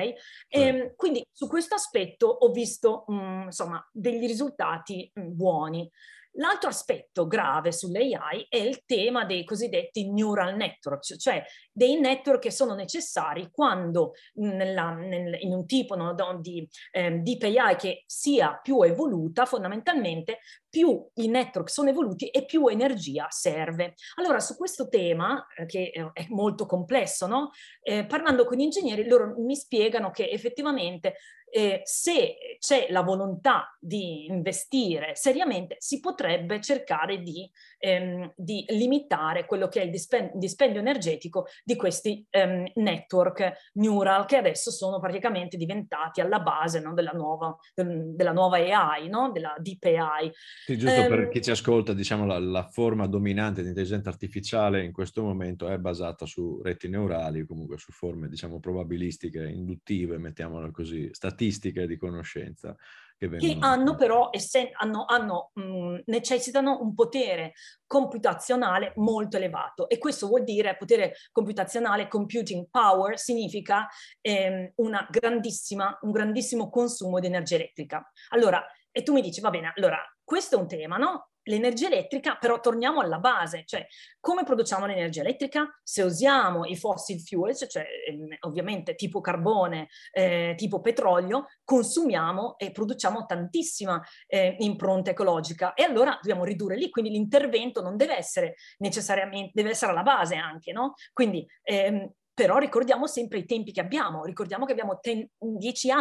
E, quindi su questo aspetto ho visto mh, insomma degli risultati mh, buoni. L'altro aspetto grave sull'A I è il tema dei cosiddetti neural networks, cioè dei network che sono necessari quando nella, nel, in un tipo, no, di eh, Deep A I che sia più evoluta, fondamentalmente più i network sono evoluti e più energia serve. Allora su questo tema, eh, che è molto complesso, no? Eh, parlando con gli ingegneri, loro mi spiegano che effettivamente eh, se c'è la volontà di investire seriamente, si potrebbe cercare di, ehm, di limitare quello che è il dispendio, dispendio energetico di questi ehm, network neural che adesso sono praticamente diventati alla base, no, della, nuova, del, della nuova A I, no? Della Deep A I. Sì, giusto um, per chi ci ascolta, diciamo la, la forma dominante di intelligenza artificiale in questo momento è basata su reti neurali, comunque su forme, diciamo, probabilistiche, induttive, mettiamolo così, statistiche di conoscenza. Che, vengono... che hanno però, hanno, hanno, mh, necessitano un potere computazionale molto elevato, e questo vuol dire potere computazionale, computing power, significa ehm, una grandissima, un grandissimo consumo di energia elettrica. Allora, e tu mi dici, va bene, allora questo è un tema, no? L'energia elettrica, però torniamo alla base, cioè come produciamo l'energia elettrica? Se usiamo i fossil fuels, cioè eh, ovviamente tipo carbone, eh, tipo petrolio, consumiamo e produciamo tantissima eh, impronta ecologica, e allora dobbiamo ridurre lì, quindi l'intervento non deve essere necessariamente, deve essere alla base anche, no? Quindi, ehm, però ricordiamo sempre i tempi che abbiamo, ricordiamo che abbiamo ten, dieci anni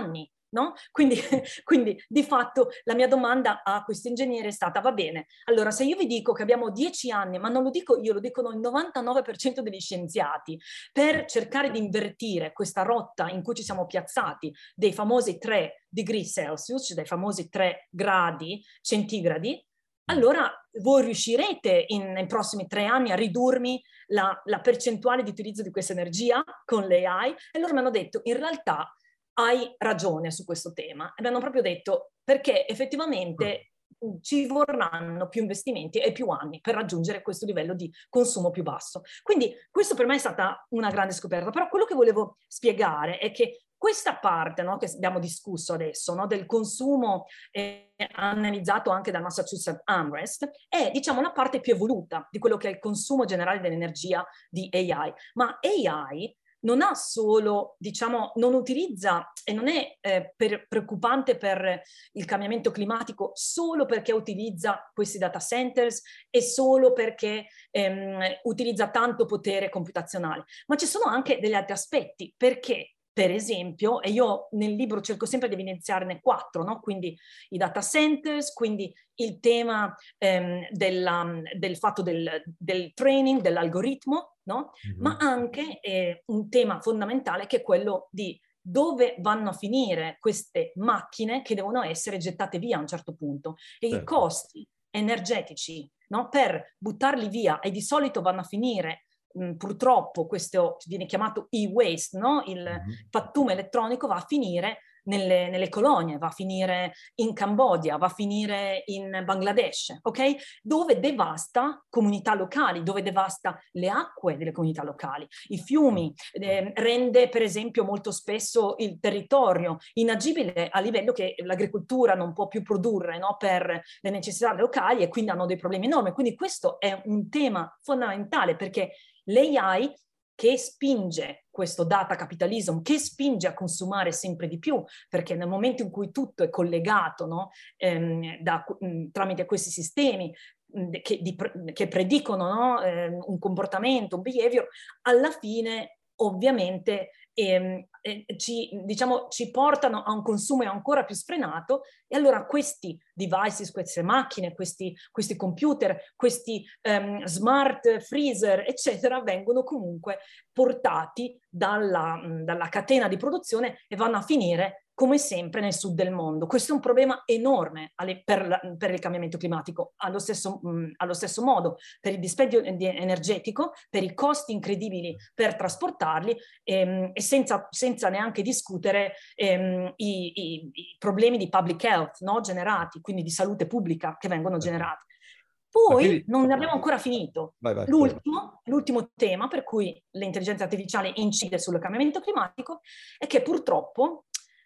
no? Quindi, quindi di fatto la mia domanda a questo ingegnere è stata, va bene, allora se io vi dico che abbiamo dieci anni, ma non lo dico io, lo dicono il novantanove per cento degli scienziati, per cercare di invertire questa rotta in cui ci siamo piazzati dei famosi tre degree Celsius, dei famosi tre gradi centigradi, allora voi riuscirete in, nei prossimi tre anni a ridurmi la, la percentuale di utilizzo di questa energia con l'A I? E loro mi hanno detto, in realtà hai ragione su questo tema. E mi hanno proprio detto, perché effettivamente ci vorranno più investimenti e più anni per raggiungere questo livello di consumo più basso. Quindi questo per me è stata una grande scoperta. Però quello che volevo spiegare è che questa parte, no, che abbiamo discusso adesso, no, del consumo eh, analizzato anche dal Massachusetts Amherst, è, diciamo, la parte più evoluta di quello che è il consumo generale dell'energia di A I. Ma A I non ha solo, diciamo, non utilizza e non è eh, per, preoccupante per il cambiamento climatico solo perché utilizza questi data centers e solo perché ehm, utilizza tanto potere computazionale, ma ci sono anche degli altri aspetti, perché per esempio, e io nel libro cerco sempre di evidenziarne quattro, no? Quindi i data centers, quindi il tema ehm, della, del fatto del, del training, dell'algoritmo, no? Mm-hmm. Ma anche eh, un tema fondamentale che è quello di dove vanno a finire queste macchine che devono essere gettate via a un certo punto. E certo. I costi energetici, no? Per buttarli via, e di solito vanno a finire purtroppo questo viene chiamato e-waste, no? Il mm-hmm. pattume elettronico va a finire nelle, nelle colonie, va a finire in Cambogia, va a finire in Bangladesh, ok? Dove devasta comunità locali, dove devasta le acque delle comunità locali, i fiumi, eh, rende per esempio molto spesso il territorio inagibile a livello che l'agricoltura non può più produrre, no? Per le necessità locali, e quindi hanno dei problemi enormi. Quindi questo è un tema fondamentale, perché l'A I che spinge questo data capitalism, che spinge a consumare sempre di più, perché nel momento in cui tutto è collegato, no, ehm, da, mh, tramite questi sistemi mh, che, di, che predicono, no, eh, un comportamento, un behavior, alla fine ovviamente ehm, eh, ci, diciamo, ci portano a un consumo ancora più sfrenato, e allora questi devices, queste macchine, questi, questi computer, questi um, smart freezer, eccetera, vengono comunque portati dalla, mh, dalla catena di produzione e vanno a finire come sempre nel sud del mondo. Questo è un problema enorme alle, per, la, per il cambiamento climatico, allo stesso, mh, allo stesso modo per il dispendio energetico, per i costi incredibili per trasportarli, ehm, e senza, senza neanche discutere ehm, i, i, i problemi di public health, no, generati, quindi di salute pubblica che vengono generati. Poi quindi, non ne abbiamo ancora finito. Vai, vai, l'ultimo, l'ultimo tema per cui l'intelligenza artificiale incide sul cambiamento climatico è che purtroppo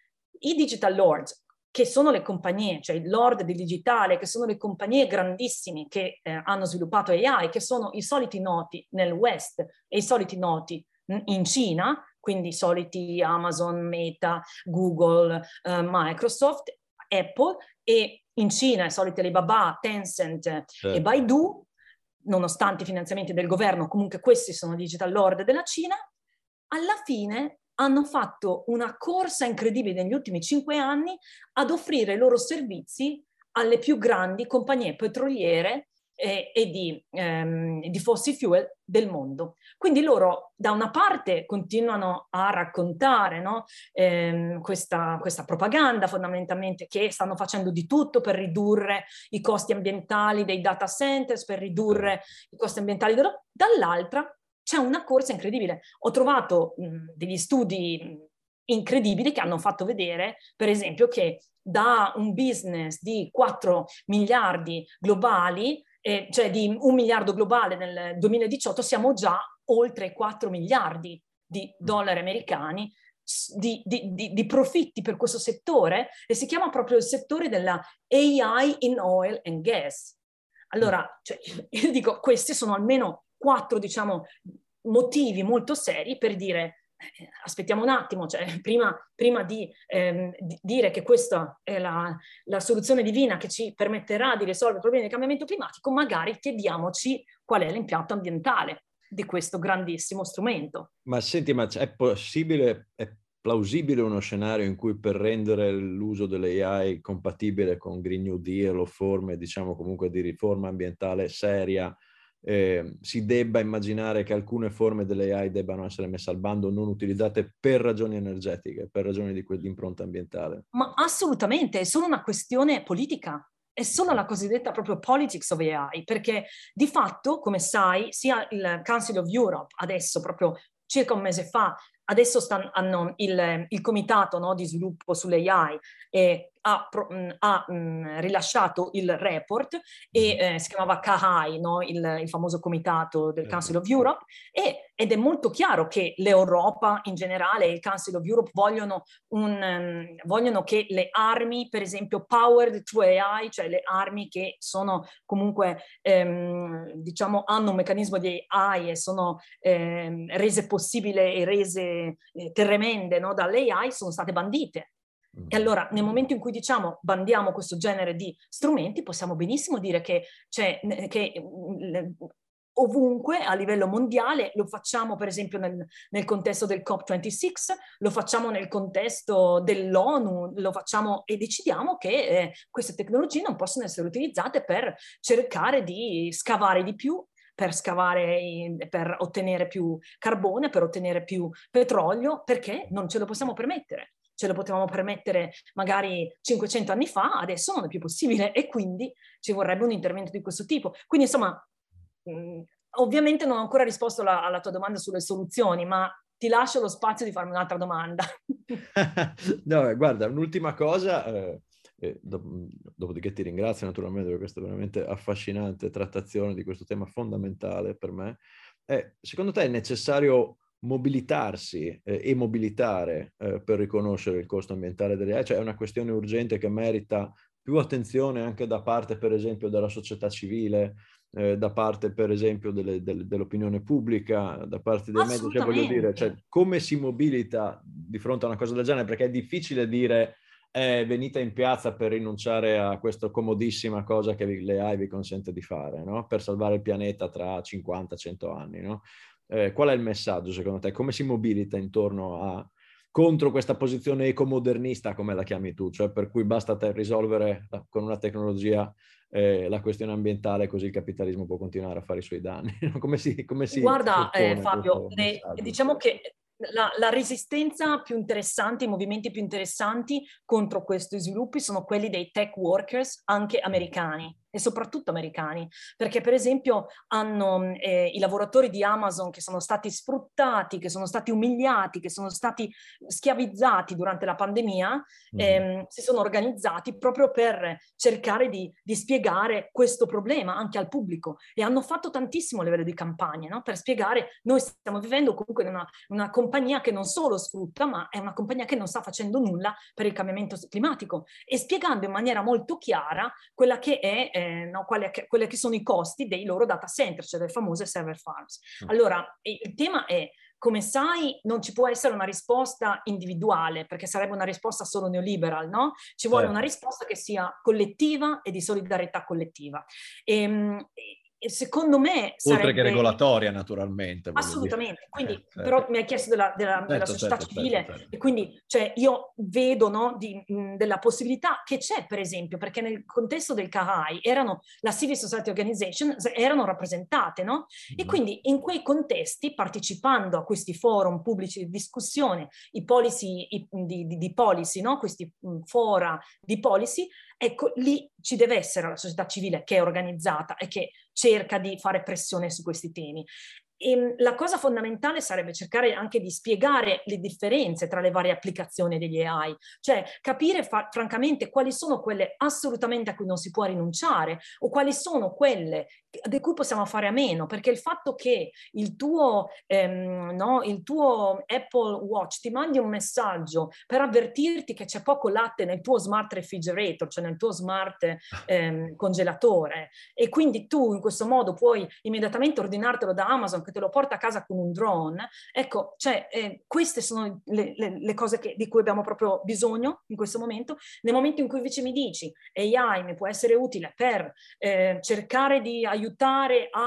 i digital lords, che sono le compagnie, cioè il lord del digitale, che sono le compagnie grandissime che eh, hanno sviluppato A I, che sono i soliti noti nel West e i soliti noti in Cina, quindi i soliti Amazon, Meta, Google, eh, Microsoft, Apple, e in Cina i soliti Alibaba, Tencent certo. e Baidu, nonostante i finanziamenti del governo, comunque questi sono i digital lord della Cina. Alla fine hanno fatto una corsa incredibile negli ultimi cinque anni ad offrire i loro servizi alle più grandi compagnie petroliere e, e di, ehm, di fossil fuel del mondo. Quindi loro da una parte continuano a raccontare, no, ehm, questa, questa propaganda fondamentalmente, che stanno facendo di tutto per ridurre i costi ambientali dei data centers, per ridurre i costi ambientali loro, dall'altra c'è una corsa incredibile. Ho trovato mh, degli studi mh, incredibili che hanno fatto vedere, per esempio, che da un business di quattro miliardi globali, eh, cioè di un miliardo globale nel duemiladiciotto, siamo già oltre quattro miliardi di dollari americani di, di, di, di profitti per questo settore, e si chiama proprio il settore della A I in oil and gas. Allora, cioè, io dico, questi sono almeno quattro, diciamo, motivi molto seri per dire eh, aspettiamo un attimo, cioè prima, prima di, ehm, di dire che questa è la, la soluzione divina che ci permetterà di risolvere i problemi del cambiamento climatico, magari chiediamoci qual è l'impatto ambientale di questo grandissimo strumento. Ma senti, ma è possibile, è plausibile uno scenario in cui per rendere l'uso dell'A I compatibile con Green New Deal o forme, diciamo comunque di riforma ambientale seria, eh, si debba immaginare che alcune forme dell'A I debbano essere messe al bando, non utilizzate per ragioni energetiche, per ragioni di, di impronta ambientale? Ma assolutamente, è solo una questione politica. È solo la cosiddetta proprio politics of A I, perché di fatto, come sai, sia il Council of Europe adesso, proprio circa un mese fa, adesso stanno, hanno il, il comitato, no, di sviluppo sull'A I e ha, ha mh, rilasciato il report e eh, si chiamava C A I, no, il, il famoso comitato del Council of Europe, e, ed è molto chiaro che l'Europa in generale e il Council of Europe vogliono, un, um, vogliono che le armi, per esempio powered through A I, cioè le armi che sono comunque ehm, diciamo hanno un meccanismo di A I e sono ehm, rese possibile e rese eh, tremende, no, dall'A I, sono state bandite. E allora nel momento in cui diciamo bandiamo questo genere di strumenti, possiamo benissimo dire che, cioè, che ovunque a livello mondiale, lo facciamo per esempio nel, nel contesto del COP ventisei, lo facciamo nel contesto dell'ONU, lo facciamo e decidiamo che eh, queste tecnologie non possono essere utilizzate per cercare di scavare di più, per scavare, per ottenere più carbone, per ottenere più petrolio, perché non ce lo possiamo permettere. Ce lo potevamo permettere magari cinquecento anni fa, adesso non è più possibile e quindi ci vorrebbe un intervento di questo tipo. Quindi insomma, mh, ovviamente non ho ancora risposto alla, alla tua domanda sulle soluzioni, ma ti lascio lo spazio di farmi un'altra domanda. No, guarda, un'ultima cosa, eh, eh, dop- dopodiché ti ringrazio naturalmente per questa veramente affascinante trattazione di questo tema fondamentale per me. Eh, secondo te è necessario mobilitarsi eh, e mobilitare eh, per riconoscere il costo ambientale delle A I? Cioè è una questione urgente che merita più attenzione anche da parte, per esempio, della società civile, eh, da parte, per esempio, delle, delle, dell'opinione pubblica, da parte dei media. Cioè, voglio dire, cioè, come si mobilita di fronte a una cosa del genere? Perché è difficile dire eh, venite in piazza per rinunciare a questa comodissima cosa che l'A I vi consente di fare, no? Per salvare il pianeta tra cinquanta cento anni, no? Eh, qual è il messaggio secondo te? Come si mobilita intorno a contro questa posizione ecomodernista, come la chiami tu, cioè per cui basta te risolvere con una tecnologia eh, la questione ambientale, così il capitalismo può continuare a fare i suoi danni? Come si, come si Guarda, eh, Fabio, le, messaggio? diciamo che la, la resistenza più interessante, i movimenti più interessanti contro questi sviluppi sono quelli dei tech workers, anche americani e soprattutto americani, perché per esempio hanno eh, i lavoratori di Amazon che sono stati sfruttati, che sono stati umiliati, che sono stati schiavizzati durante la pandemia, ehm, mm. si sono organizzati proprio per cercare di, di spiegare questo problema anche al pubblico e hanno fatto tantissimo a livello di campagne, no? Per spiegare noi stiamo vivendo comunque in una, una compagnia che non solo sfrutta, ma è una compagnia che non sta facendo nulla per il cambiamento climatico e spiegando in maniera molto chiara quella che è eh, Eh, no, quali, quelli che sono i costi dei loro data center, cioè delle famose server farms. Allora, il tema è, come sai, non ci può essere una risposta individuale, perché sarebbe una risposta solo neoliberal, no? Ci vuole certo. Una risposta che sia collettiva e di solidarietà collettiva. E, e secondo me sarebbe... Oltre che regolatoria, naturalmente. Assolutamente, quindi eh, certo. però mi hai chiesto della, della, certo, della società certo, civile certo, certo. E quindi cioè, io vedo no, di, mh, della possibilità che c'è, per esempio, perché nel contesto del C A I erano, la Civil Society Organization erano rappresentate, no? Mm-hmm. E quindi in quei contesti, partecipando a questi forum pubblici di discussione, i policy, i, di, di, di policy, no? Questi mh, fora di policy, ecco, lì ci deve essere la società civile che è organizzata e che cerca di fare pressione su questi temi. E la cosa fondamentale sarebbe cercare anche di spiegare le differenze tra le varie applicazioni degli A I, cioè capire fa- francamente quali sono quelle assolutamente a cui non si può rinunciare o quali sono quelle di cui possiamo fare a meno, perché il fatto che il tuo, ehm, no, il tuo Apple Watch ti mandi un messaggio per avvertirti che c'è poco latte nel tuo smart refrigerator, cioè nel tuo smart ehm, congelatore, e quindi tu in questo modo puoi immediatamente ordinartelo da Amazon che te lo porta a casa con un drone, ecco, cioè eh, queste sono le, le, le cose che, di cui abbiamo proprio bisogno in questo momento. Nel momento in cui invece mi dici A I mi può essere utile per eh, cercare di aiutare a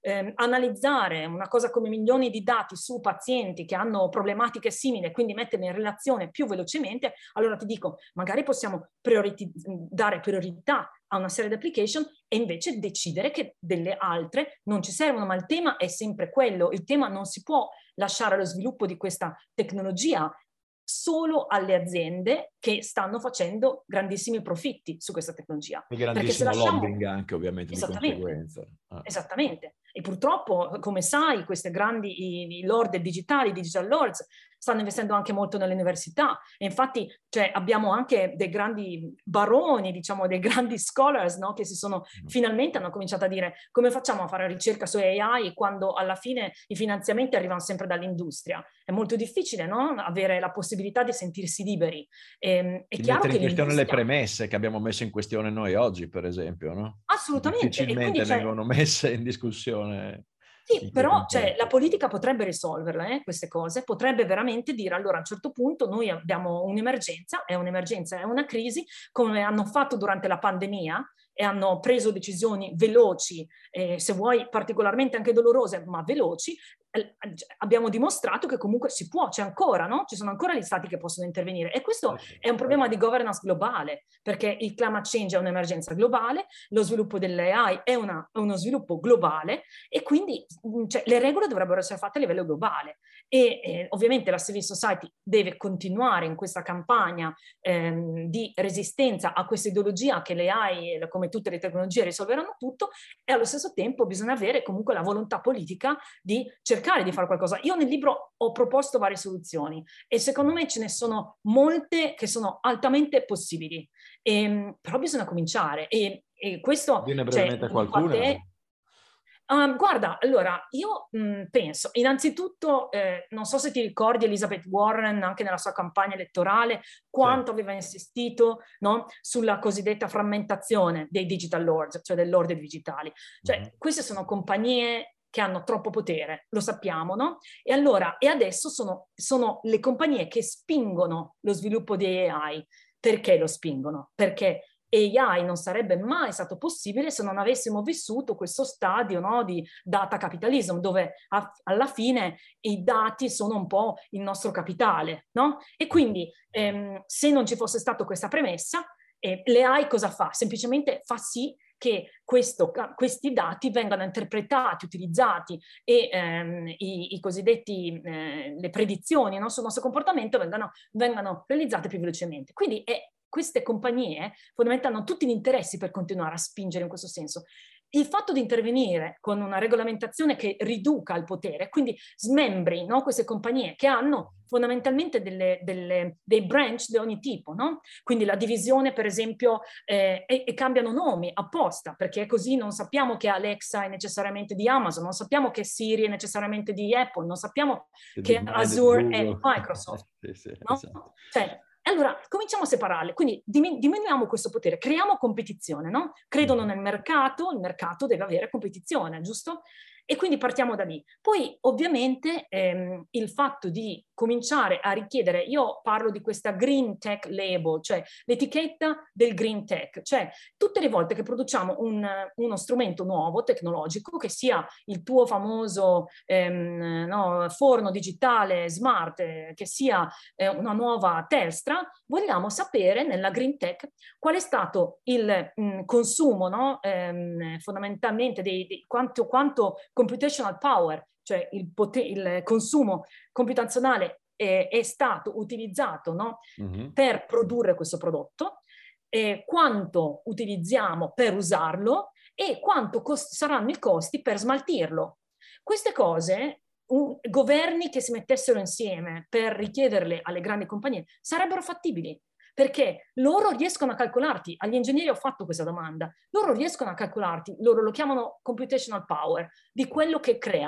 eh, analizzare una cosa come milioni di dati su pazienti che hanno problematiche simili, quindi metterli in relazione più velocemente, allora ti dico, magari possiamo prioriti- dare priorità a una serie di application e invece decidere che delle altre non ci servono, ma il tema è sempre quello, il tema non si può lasciare lo sviluppo di questa tecnologia solo alle aziende che stanno facendo grandissimi profitti su questa tecnologia. E grandissimo lasciamo... lobbying anche, ovviamente, di conseguenza. Ah. Esattamente. E purtroppo, come sai, queste grandi, i, i lord digitali, i digital lords, stanno investendo anche molto nelle università. E infatti, cioè, abbiamo anche dei grandi baroni, diciamo, dei grandi scholars, no? Che si sono, mm. finalmente hanno cominciato a dire come facciamo a fare ricerca su A I quando alla fine i finanziamenti arrivano sempre dall'industria. È molto difficile, no? Avere la possibilità di sentirsi liberi. E, è di chiaro mettere che in questione le premesse che abbiamo messo in questione noi oggi, per esempio, no? Assolutamente. Difficilmente e vengono messe in discussione. Sì, però cioè, la politica potrebbe risolverle, eh, queste cose, potrebbe veramente dire allora a un certo punto noi abbiamo un'emergenza, è un'emergenza, è una crisi, come hanno fatto durante la pandemia e hanno preso decisioni veloci, eh, se vuoi particolarmente anche dolorose, ma veloci, eh, abbiamo dimostrato che comunque si può, c'è ancora, no? Ci sono ancora gli stati che possono intervenire e questo è un problema di governance globale, perché il climate change è un'emergenza globale, lo sviluppo dell'A I è, una, è uno sviluppo globale e quindi cioè, le regole dovrebbero essere fatte a livello globale e eh, ovviamente la Civil Society deve continuare in questa campagna ehm, di resistenza a questa ideologia che le A I, come tutte le tecnologie, risolveranno tutto e allo stesso tempo bisogna avere comunque la volontà politica di cercare di fare qualcosa. Io nel libro ho proposto varie soluzioni e secondo me ce ne sono molte che sono altamente possibili, e, però bisogna cominciare e, e questo... Viene brevemente cioè, qualcuno? Um, guarda, allora, io mh, penso, innanzitutto, eh, non so se ti ricordi Elizabeth Warren, anche nella sua campagna elettorale, quanto sì. aveva insistito, no, sulla cosiddetta frammentazione dei digital lords, cioè delle lord digitali. Cioè, mm-hmm. queste sono compagnie che hanno troppo potere, lo sappiamo, no? E allora, e adesso sono, sono le compagnie che spingono lo sviluppo di A I. Perché lo spingono? Perché A I non sarebbe mai stato possibile se non avessimo vissuto questo stadio, no, di data capitalism, dove a, alla fine i dati sono un po' il nostro capitale, no? E quindi ehm, se non ci fosse stata questa premessa, eh, l'A I cosa fa? Semplicemente fa sì che questo, questi dati vengano interpretati, utilizzati e ehm, i, i cosiddetti, eh, le predizioni, no, sul nostro comportamento vengano, vengano realizzate più velocemente. Quindi è queste compagnie fondamentalmente hanno tutti gli interessi per continuare a spingere in questo senso. Il fatto di intervenire con una regolamentazione che riduca il potere, quindi smembri, no, queste compagnie che hanno fondamentalmente delle, delle, dei branch di ogni tipo, no? Quindi la divisione, per esempio, eh, e, e cambiano nomi apposta, perché così non sappiamo che Alexa è necessariamente di Amazon, non sappiamo che Siri è necessariamente di Apple, non sappiamo che, che Azure è Microsoft. Sì, sì, no? esatto. Cioè, allora, cominciamo a separarle, quindi diminuiamo questo potere, creiamo competizione, no? Credono nel mercato, il mercato deve avere competizione, giusto? E quindi partiamo da lì. Poi, ovviamente, ehm, il fatto di cominciare a richiedere, io parlo di questa green tech label, cioè l'etichetta del green tech, cioè tutte le volte che produciamo un, uno strumento nuovo, tecnologico, che sia il tuo famoso ehm, no, forno digitale smart, eh, che sia eh, una nuova Telstra, vogliamo sapere nella green tech qual è stato il mh, consumo, no? ehm, fondamentalmente di, di quanto, quanto computational power, cioè il, poter, il consumo computazionale è, è stato utilizzato, no? mm-hmm. per produrre questo prodotto, eh, quanto utilizziamo per usarlo e quanto cost- saranno i costi per smaltirlo. Queste cose, un, governi che si mettessero insieme per richiederle alle grandi compagnie sarebbero fattibili. Perché loro riescono a calcolarti, agli ingegneri ho fatto questa domanda, loro riescono a calcolarti, loro lo chiamano computational power, di quello che creano,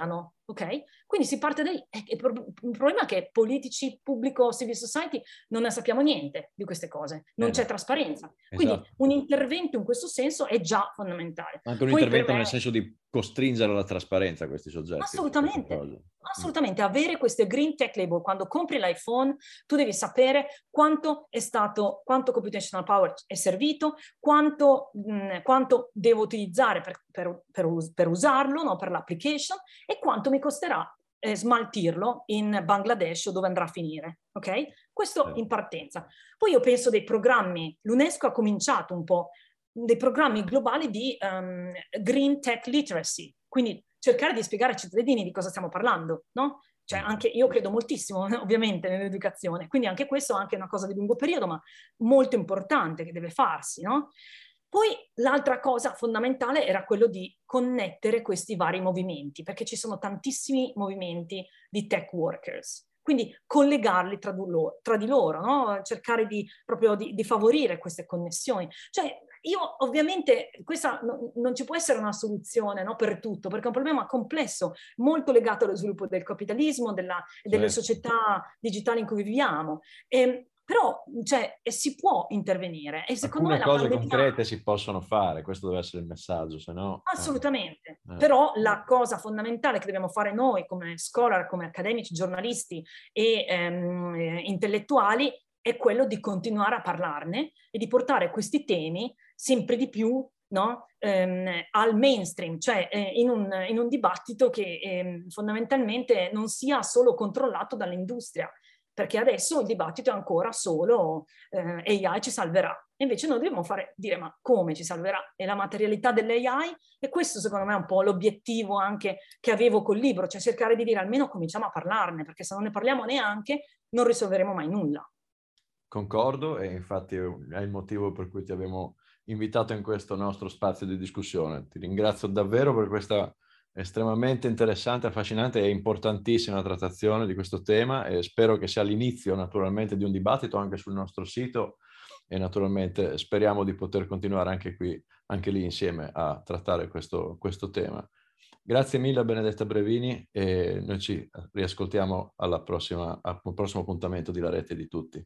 ok? Quindi si parte da lì. Il problema è che politici, pubblico, civil society non ne sappiamo niente di queste cose, non eh c'è no. trasparenza. Quindi esatto. un intervento in questo senso è già fondamentale. Anche un Poi intervento me... nel senso di costringere alla trasparenza a questi soggetti. Assolutamente, assolutamente. Avere queste green tech label, quando compri l'iPhone, tu devi sapere quanto è stato, quanto computational power è servito, quanto, mh, quanto devo utilizzare per, per, per, per usarlo, no? Per l'application, e quanto mi costerà eh, smaltirlo in Bangladesh o dove andrà a finire, ok? Questo in partenza. Poi io penso dei programmi, l'UNESCO ha cominciato un po' dei programmi globali di um, green tech literacy, quindi cercare di spiegare ai cittadini di cosa stiamo parlando, no? Cioè anche io credo moltissimo ovviamente nell'educazione, quindi anche questo è anche una cosa di lungo periodo, ma molto importante che deve farsi, no? Poi l'altra cosa fondamentale era quello di connettere questi vari movimenti, perché ci sono tantissimi movimenti di tech workers, quindi collegarli tra, loro, tra di loro, no? Cercare di, proprio di, di favorire queste connessioni. Cioè io ovviamente, questa no, non ci può essere una soluzione, no, per tutto, perché è un problema complesso, molto legato allo sviluppo del capitalismo, della, delle certo. società digitali in cui viviamo. E, però cioè, si può intervenire. E secondo Alcune me cose pandemia... concrete si possono fare, questo deve essere il messaggio, se no... Assolutamente, eh. però la cosa fondamentale che dobbiamo fare noi come scholar, come accademici, giornalisti e ehm, eh, intellettuali è quello di continuare a parlarne e di portare questi temi sempre di più, no? ehm, al mainstream, cioè eh, in, un, in un dibattito che ehm, fondamentalmente non sia solo controllato dall'industria, perché adesso il dibattito è ancora solo eh, A I ci salverà. E invece noi dobbiamo fare, dire ma come ci salverà? È la materialità dell'A I? E questo secondo me è un po' l'obiettivo anche che avevo col libro, cioè cercare di dire almeno cominciamo a parlarne, perché se non ne parliamo neanche non risolveremo mai nulla. Concordo, e infatti è il motivo per cui ti abbiamo invitato in questo nostro spazio di discussione. Ti ringrazio davvero per questa estremamente interessante, affascinante e importantissima trattazione di questo tema, e spero che sia l'inizio naturalmente di un dibattito anche sul nostro sito, e naturalmente speriamo di poter continuare anche qui, anche lì insieme a trattare questo, questo tema. Grazie mille a Benedetta Brevini, e noi ci riascoltiamo alla prossima, al prossimo appuntamento di La Rete di Tutti.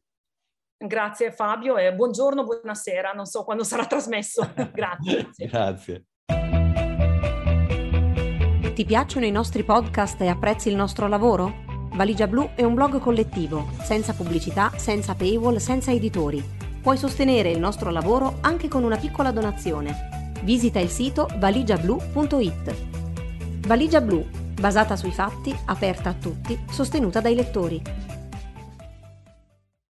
Grazie Fabio, e buongiorno, buonasera, non so quando sarà trasmesso. Grazie. Grazie. Ti piacciono i nostri podcast e apprezzi il nostro lavoro? Valigia Blu è un blog collettivo, senza pubblicità, senza paywall, senza editori. Puoi sostenere il nostro lavoro anche con una piccola donazione. Visita il sito valigia blu punto it. Valigia Blu, basata sui fatti, aperta a tutti, sostenuta dai lettori.